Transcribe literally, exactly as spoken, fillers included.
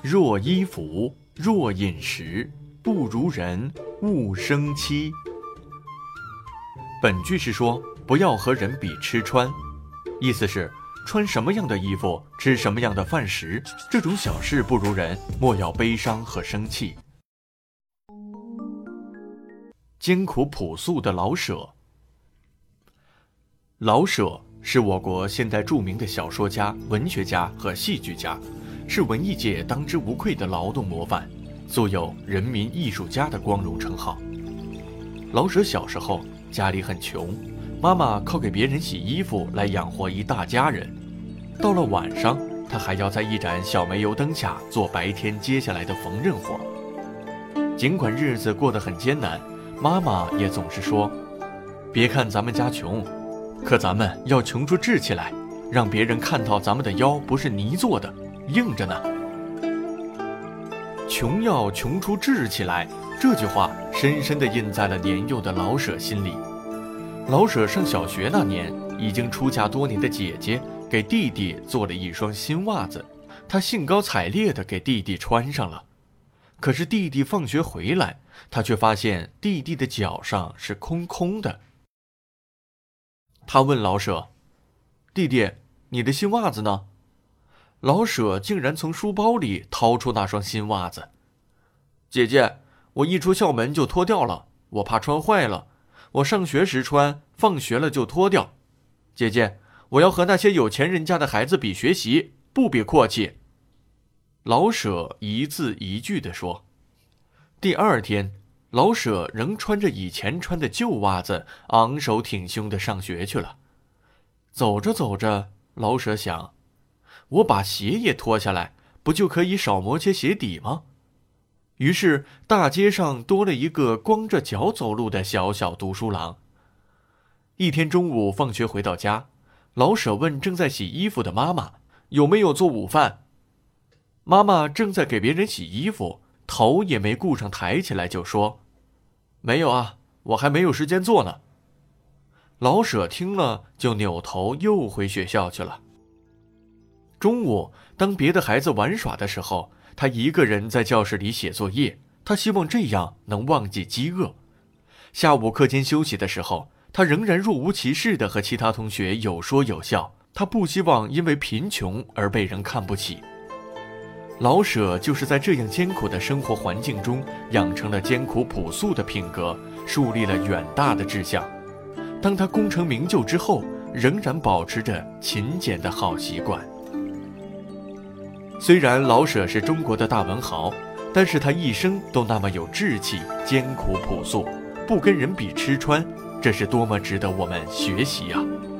若衣服，若饮食，不如人，勿生戚。本句是说不要和人比吃穿，意思是穿什么样的衣服，吃什么样的饭食，这种小事不如人，莫要悲伤和生气。艰苦朴素的老舍。老舍是我国现代著名的小说家、文学家和戏剧家，是文艺界当之无愧的劳动模范，素有人民艺术家的光荣称号。老舍小时候家里很穷，妈妈靠给别人洗衣服来养活一大家人。到了晚上，他还要在一盏小煤油灯下做白天接下来的缝纫活。尽管日子过得很艰难，妈妈也总是说，别看咱们家穷，可咱们要穷出志气来，让别人看到咱们的腰不是泥做的，硬着呢。穷要穷出志气来，这句话深深地印在了年幼的老舍心里。老舍上小学那年，已经出嫁多年的姐姐给弟弟做了一双新袜子，他兴高采烈地给弟弟穿上了。可是弟弟放学回来，他却发现弟弟的脚上是空空的。他问老舍，弟弟，你的新袜子呢？老舍竟然从书包里掏出那双新袜子。姐姐，我一出校门就脱掉了，我怕穿坏了，我上学时穿，放学了就脱掉。姐姐，我要和那些有钱人家的孩子比学习，不比阔气。老舍一字一句地说。第二天，老舍仍穿着以前穿的旧袜子，昂首挺胸地上学去了。走着走着，老舍想，我把鞋也脱下来，不就可以少磨些鞋底吗？于是大街上多了一个光着脚走路的小小读书郎。一天中午放学回到家，老舍问正在洗衣服的妈妈，有没有做午饭？妈妈正在给别人洗衣服，头也没顾上抬起来就说，没有啊，我还没有时间做呢。老舍听了就扭头又回学校去了。中午当别的孩子玩耍的时候，他一个人在教室里写作业，他希望这样能忘记饥饿。下午课间休息的时候，他仍然若无其事地和其他同学有说有笑，他不希望因为贫穷而被人看不起。老舍就是在这样艰苦的生活环境中养成了艰苦朴素的品格，树立了远大的志向。当他功成名就之后，仍然保持着勤俭的好习惯。虽然老舍是中国的大文豪，但是他一生都那么有志气，艰苦朴素，不跟人比吃穿，这是多么值得我们学习啊！